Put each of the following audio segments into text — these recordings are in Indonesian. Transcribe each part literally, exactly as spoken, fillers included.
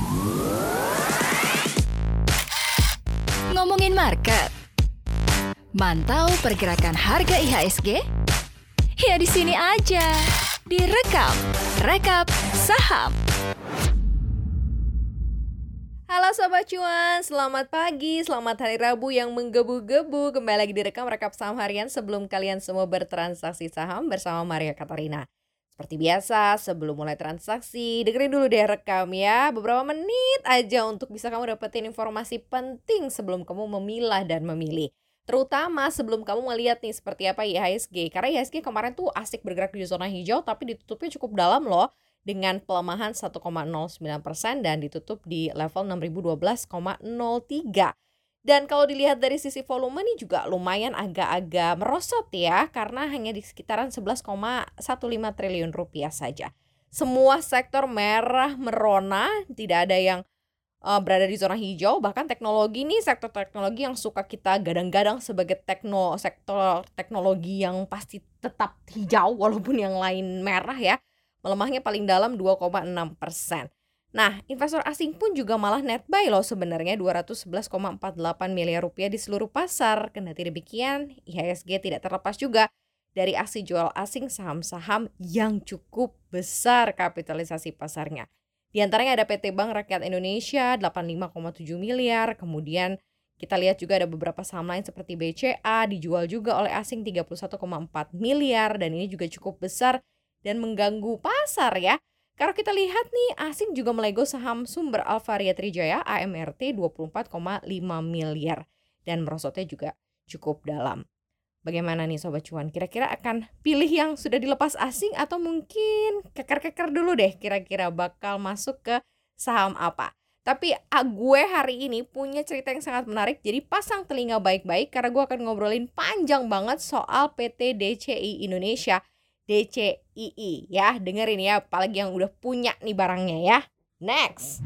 Ngomongin market, mantau pergerakan harga I H S G? Ya di sini aja, direkap, rekap saham. Halo Sobat Cuan, selamat pagi, selamat hari Rabu yang menggebu-gebu. Kembali lagi direkam rekap saham harian sebelum kalian semua bertransaksi saham bersama Maria Katarina. Seperti biasa, sebelum mulai transaksi, dengerin dulu deh rekam ya. Beberapa menit aja untuk bisa kamu dapetin informasi penting sebelum kamu memilah dan memilih. Terutama sebelum kamu melihat nih seperti apa I H S G. Karena I H S G kemarin tuh asik bergerak di zona hijau tapi ditutupnya cukup dalam loh. Dengan pelemahan satu koma nol sembilan persen dan ditutup di level enam ribu dua belas koma nol tiga. Dan kalau dilihat dari sisi volume nih juga lumayan agak-agak merosot ya. Karena hanya di sekitaran sebelas koma lima belas triliun rupiah saja. Semua sektor merah merona, tidak ada yang uh, berada di zona hijau. Bahkan teknologi nih, sektor teknologi yang suka kita gadang-gadang sebagai tekno sektor teknologi yang pasti tetap hijau walaupun yang lain merah ya. Melemahnya paling dalam dua koma enam persen. Nah, investor asing pun juga malah net buy loh sebenarnya dua ratus sebelas koma empat delapan miliar rupiah di seluruh pasar. Kendati demikian, I H S G tidak terlepas juga dari aksi jual asing saham-saham yang cukup besar kapitalisasi pasarnya. Di antaranya ada P T Bank Rakyat Indonesia delapan puluh lima koma tujuh miliar, kemudian kita lihat juga ada beberapa saham lain seperti B C A dijual juga oleh asing tiga puluh satu koma empat miliar dan ini juga cukup besar dan mengganggu pasar ya. Kalau kita lihat nih, asing juga melego saham Sumber Alvaria Trijaya A M R T dua puluh empat koma lima miliar dan merosotnya juga cukup dalam. Bagaimana nih Sobat Cuan? Kira-kira akan pilih yang sudah dilepas asing atau mungkin keker-keker dulu deh kira-kira bakal masuk ke saham apa? Tapi ah, gue hari ini punya cerita yang sangat menarik, jadi pasang telinga baik-baik karena gue akan ngobrolin panjang banget soal P T D C I Indonesia. D C I I ya, dengerin ya apalagi yang udah punya nih barangnya ya. Next.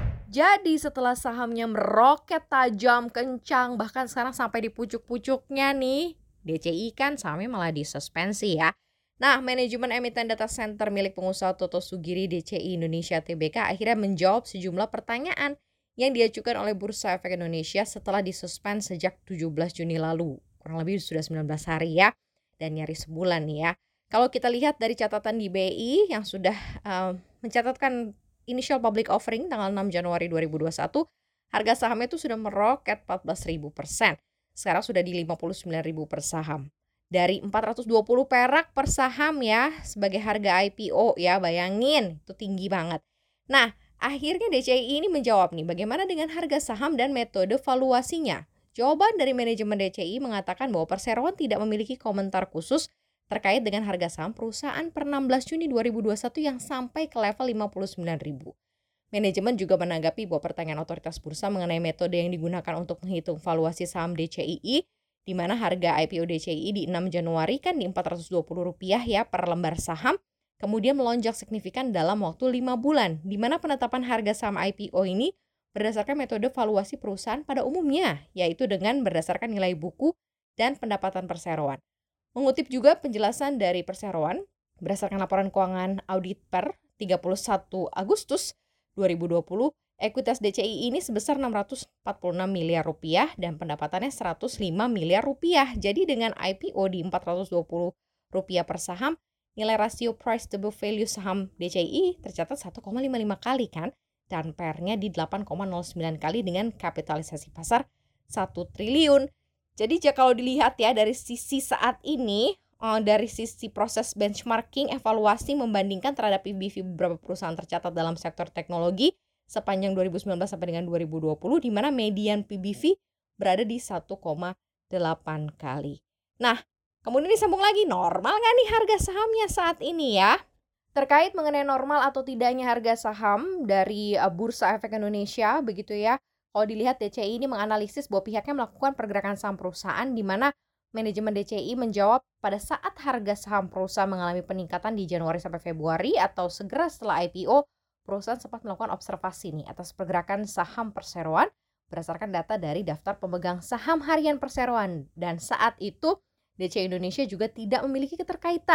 Jadi setelah sahamnya meroket tajam, kencang, bahkan sekarang sampai di pucuk-pucuknya nih, D C I kan sahamnya malah disuspensi ya. Nah, manajemen emiten data center milik pengusaha Toto Sugiri D C I Indonesia T B K akhirnya menjawab sejumlah pertanyaan yang diajukan oleh Bursa Efek Indonesia setelah disuspend sejak tujuh belas Juni lalu. Kurang lebih sudah sembilan belas hari ya, dan nyaris sebulan nih ya. Kalau kita lihat dari catatan di B I yang sudah uh, mencatatkan initial public offering tanggal enam Januari dua ribu dua puluh satu, harga sahamnya itu sudah meroket empat belas ribu persen. Sekarang sudah di lima puluh sembilan ribu per saham. Dari empat ratus dua puluh perak per saham ya sebagai harga I P O ya, bayangin itu tinggi banget. Nah, akhirnya D C I ini menjawab nih bagaimana dengan harga saham dan metode valuasinya. Jawaban dari manajemen D C I mengatakan bahwa perseroan tidak memiliki komentar khusus terkait dengan harga saham perusahaan per enam belas Juni dua ribu dua puluh satu yang sampai ke level lima puluh sembilan ribu. Manajemen juga menanggapi bahwa pertanyaan otoritas bursa mengenai metode yang digunakan untuk menghitung valuasi saham D C I I, di mana harga I P O D C I I di enam Januari kan di empat ratus dua puluh rupiah ya per lembar saham, kemudian melonjak signifikan dalam waktu lima bulan, di mana penetapan harga saham I P O ini berdasarkan metode valuasi perusahaan pada umumnya, yaitu dengan berdasarkan nilai buku dan pendapatan perseroan. Mengutip juga penjelasan dari perseroan, berdasarkan laporan keuangan audit per tiga puluh satu Agustus dua ribu dua puluh, ekuitas D C I ini sebesar enam ratus empat puluh enam miliar rupiah dan pendapatannya seratus lima miliar rupiah. Jadi dengan I P O di empat ratus dua puluh rupiah per saham, nilai rasio price to book value saham D C I I tercatat satu koma lima lima kali kan, dan P E R-nya di delapan koma nol sembilan kali dengan kapitalisasi pasar satu triliun. Jadi kalau dilihat ya dari sisi saat ini, dari sisi proses benchmarking, evaluasi membandingkan terhadap P B V beberapa perusahaan tercatat dalam sektor teknologi sepanjang dua ribu sembilan belas sampai dengan dua ribu dua puluh, di mana median P B V berada di satu koma delapan kali. Nah, kemudian disambung lagi, normal nggak nih harga sahamnya saat ini ya? Terkait mengenai normal atau tidaknya harga saham dari Bursa Efek Indonesia, begitu ya. Kalau dilihat D C I ini menganalisis bahwa pihaknya melakukan pergerakan saham perusahaan di mana manajemen D C I menjawab pada saat harga saham perusahaan mengalami peningkatan di Januari sampai Februari atau segera setelah I P O, perusahaan sempat melakukan observasi nih atas pergerakan saham perseroan berdasarkan data dari daftar pemegang saham harian perseroan. Dan saat itu D C I Indonesia juga tidak memiliki keterkaitan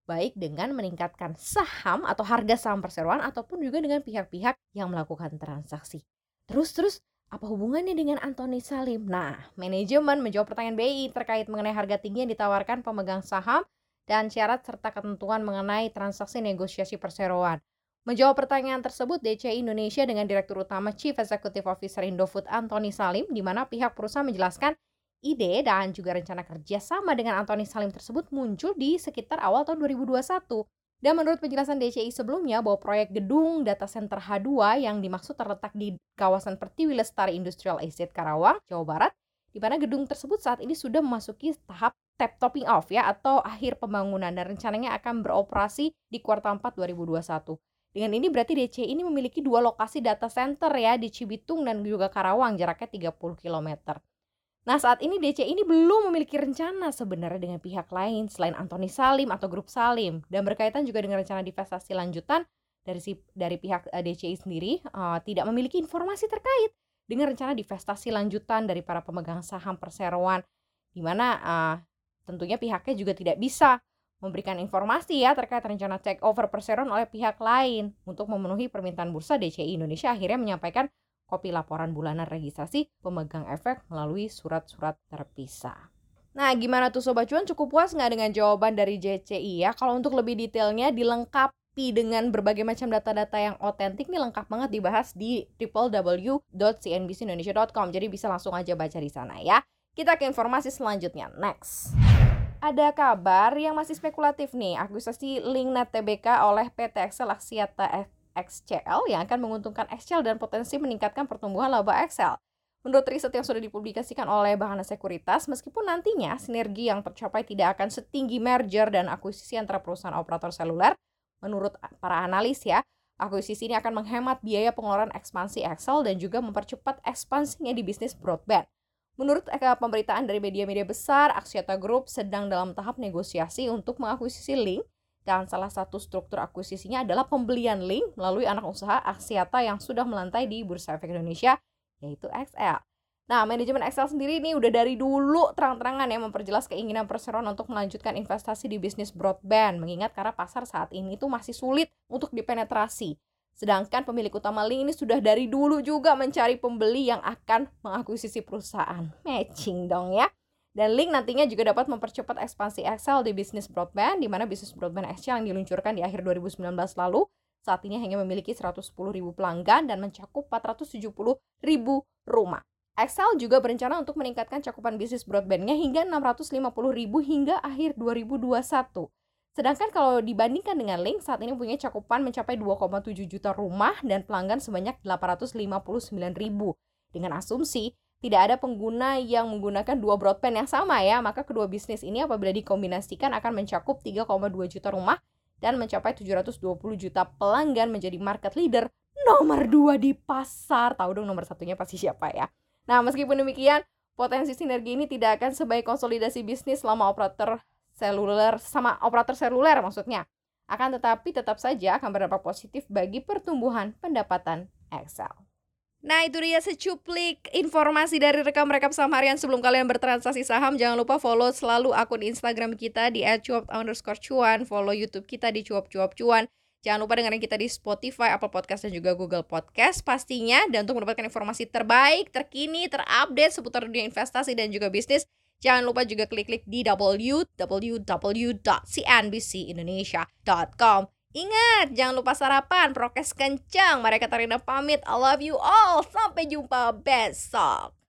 baik dengan meningkatkan saham atau harga saham perseroan ataupun juga dengan pihak-pihak yang melakukan transaksi. Terus-terus apa hubungannya dengan Antoni Salim? Nah, manajemen menjawab pertanyaan B I terkait mengenai harga tinggi yang ditawarkan pemegang saham dan syarat serta ketentuan mengenai transaksi negosiasi perseroan. Menjawab pertanyaan tersebut, D C I Indonesia dengan Direktur Utama Chief Executive Officer Indofood Antoni Salim, di mana pihak perusahaan menjelaskan ide dan juga rencana kerja sama dengan Antoni Salim tersebut muncul di sekitar awal tahun dua ribu dua puluh satu. Dan menurut penjelasan D C I sebelumnya bahwa proyek gedung data center H dua yang dimaksud terletak di kawasan Pertiwi Lestari Industrial Estate Karawang, Jawa Barat, di mana gedung tersebut saat ini sudah memasuki tahap tap topping off ya atau akhir pembangunan dan rencananya akan beroperasi di kuartal empat dua ribu dua puluh satu. Dengan ini berarti D C I ini memiliki dua lokasi data center ya di Cibitung dan juga Karawang, jaraknya tiga puluh kilometer. Nah, saat ini D C I ini belum memiliki rencana sebenarnya dengan pihak lain selain Antoni Salim atau Grup Salim, dan berkaitan juga dengan rencana divestasi lanjutan dari si, dari pihak uh, D C I sendiri uh, tidak memiliki informasi terkait dengan rencana divestasi lanjutan dari para pemegang saham perseroan, di mana uh, tentunya pihaknya juga tidak bisa memberikan informasi ya terkait rencana take over perseroan oleh pihak lain. Untuk memenuhi permintaan bursa, D C I Indonesia akhirnya menyampaikan kopi laporan bulanan registrasi pemegang efek melalui surat-surat terpisah. Nah, gimana tuh Sobat Cuan? Cukup puas nggak dengan jawaban dari D C I ya? Kalau untuk lebih detailnya dilengkapi dengan berbagai macam data-data yang otentik nih, lengkap banget dibahas di w w w dot c n b c indonesia dot com. Jadi bisa langsung aja baca di sana ya. Kita ke informasi selanjutnya. Next. Ada kabar yang masih spekulatif nih, akuisisi Linknet Tbk oleh P T Excel Axiata X C L yang akan menguntungkan Excel dan potensi meningkatkan pertumbuhan laba Excel. Menurut riset yang sudah dipublikasikan oleh Bahana Sekuritas, meskipun nantinya sinergi yang tercapai tidak akan setinggi merger dan akuisisi antara perusahaan operator seluler, menurut para analis ya, akuisisi ini akan menghemat biaya pengeluaran ekspansi Excel dan juga mempercepat ekspansinya di bisnis broadband. Menurut pemberitaan dari media-media besar, Axiata Group sedang dalam tahap negosiasi untuk mengakuisisi Link, dan salah satu struktur akuisisinya adalah pembelian Link melalui anak usaha Axiata yang sudah melantai di Bursa Efek Indonesia, yaitu X L. Nah, manajemen X L sendiri ini udah dari dulu terang-terangan ya memperjelas keinginan perseroan untuk melanjutkan investasi di bisnis broadband, mengingat karena pasar saat ini itu masih sulit untuk dipenetrasi. Sedangkan pemilik utama Link ini sudah dari dulu juga mencari pembeli yang akan mengakuisisi perusahaan. Matching dong ya. Dan Link nantinya juga dapat mempercepat ekspansi X L di bisnis broadband, di mana bisnis broadband X L yang diluncurkan di akhir dua ribu sembilan belas lalu, saat ini hanya memiliki seratus sepuluh ribu pelanggan dan mencakup empat ratus tujuh puluh ribu rumah. X L juga berencana untuk meningkatkan cakupan bisnis broadbandnya hingga enam ratus lima puluh ribu hingga akhir dua ribu dua puluh satu. Sedangkan kalau dibandingkan dengan Link, saat ini punya cakupan mencapai dua koma tujuh juta rumah dan pelanggan sebanyak delapan ratus lima puluh sembilan ribu. Dengan asumsi tidak ada pengguna yang menggunakan dua broadband yang sama ya, maka kedua bisnis ini apabila dikombinasikan akan mencakup tiga koma dua juta rumah dan mencapai tujuh ratus dua puluh juta pelanggan, menjadi market leader nomor dua di pasar. Tahu dong nomor satunya pasti siapa ya. Nah, meskipun demikian, potensi sinergi ini tidak akan sebaik konsolidasi bisnis selama operator seluler sama operator seluler maksudnya. Akan tetapi tetap saja akan berdampak positif bagi pertumbuhan pendapatan X L. Nah, itu dia secuplik informasi dari rekam-rekap saham harian. Sebelum kalian bertransaksi saham, jangan lupa follow selalu akun Instagram kita di at cuap underscore cuan, follow YouTube kita di cuap cuap cuan. Jangan lupa dengerin kita di Spotify, Apple Podcast, dan juga Google Podcast pastinya. Dan untuk mendapatkan informasi terbaik, terkini, terupdate seputar dunia investasi dan juga bisnis, jangan lupa juga klik-klik di w w w dot c n b c indonesia dot com. Ingat, jangan lupa sarapan, prokes kencang. Maria Katarina pamit, I love you all. Sampai jumpa besok.